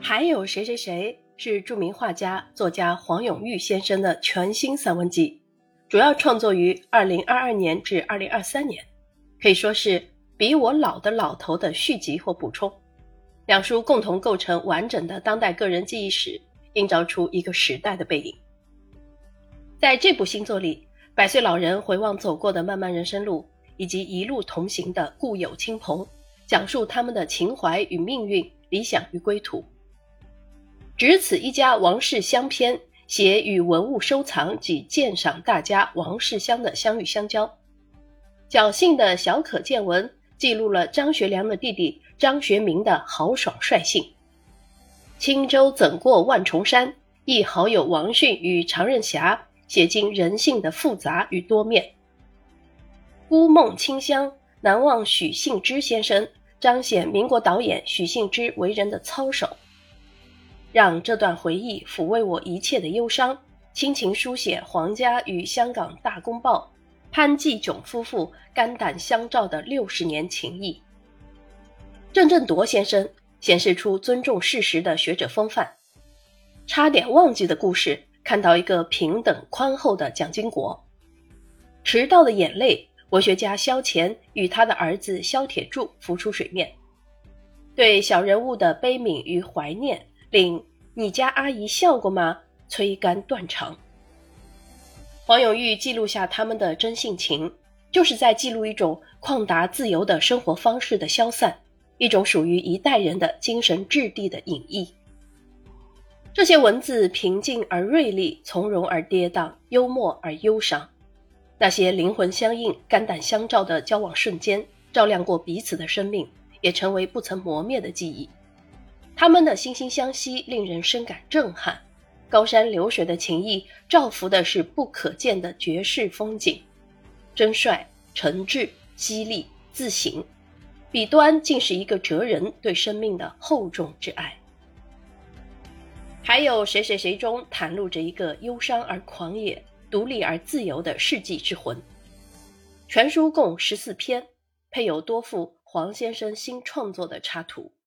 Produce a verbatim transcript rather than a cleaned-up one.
还有谁谁谁是著名画家、作家黄永玉先生的全新散文集，主要创作于二零二二年至二零二三年，可以说是比我老的老头的续集或补充。两书共同构成完整的当代个人记忆史，映照出一个时代的背影。在这部新作里，百岁老人回望走过的漫漫人生路，以及一路同行的故友亲朋，讲述他们的情怀与命运、理想与归途。只此一家王氏乡篇，写与文物收藏及鉴赏大家王氏乡的相遇相交。侥幸的小可见闻记录了张学良的弟弟张学明的豪爽率性。轻舟怎过万重山，亦好友王逊与常任侠写尽人性的复杂与多面。孤梦清香，难忘许幸之先生，彰显民国导演许幸之为人的操守。让这段回忆抚慰我一切的忧伤，亲情书写皇家与香港大公报潘继炯夫妇肝胆相照的六十年情谊。郑振铎先生显示出尊重事实的学者风范。差点忘记的故事，看到一个平等宽厚的蒋经国。迟到的眼泪，文学家萧乾与他的儿子萧铁柱浮出水面。对小人物的悲悯与怀念，令你家阿姨笑过吗催肝断肠。黄永玉记录下他们的真性情，就是在记录一种旷达自由的生活方式的消散，一种属于一代人的精神质地的隐逸。这些文字平静而锐利，从容而跌宕，幽默而忧伤。那些灵魂相应、肝胆相照的交往瞬间，照亮过彼此的生命，也成为不曾磨灭的记忆。他们的惺惺相惜令人深感震撼，高山流水的情谊照拂的是不可见的绝世风景，真率、诚挚、犀利、自省，彼端竟是一个哲人对生命的厚重之爱。还有谁谁谁中袒露着一个忧伤而狂野、独立而自由的世纪之魂。全书共十四篇，配有多幅黄先生新创作的插图。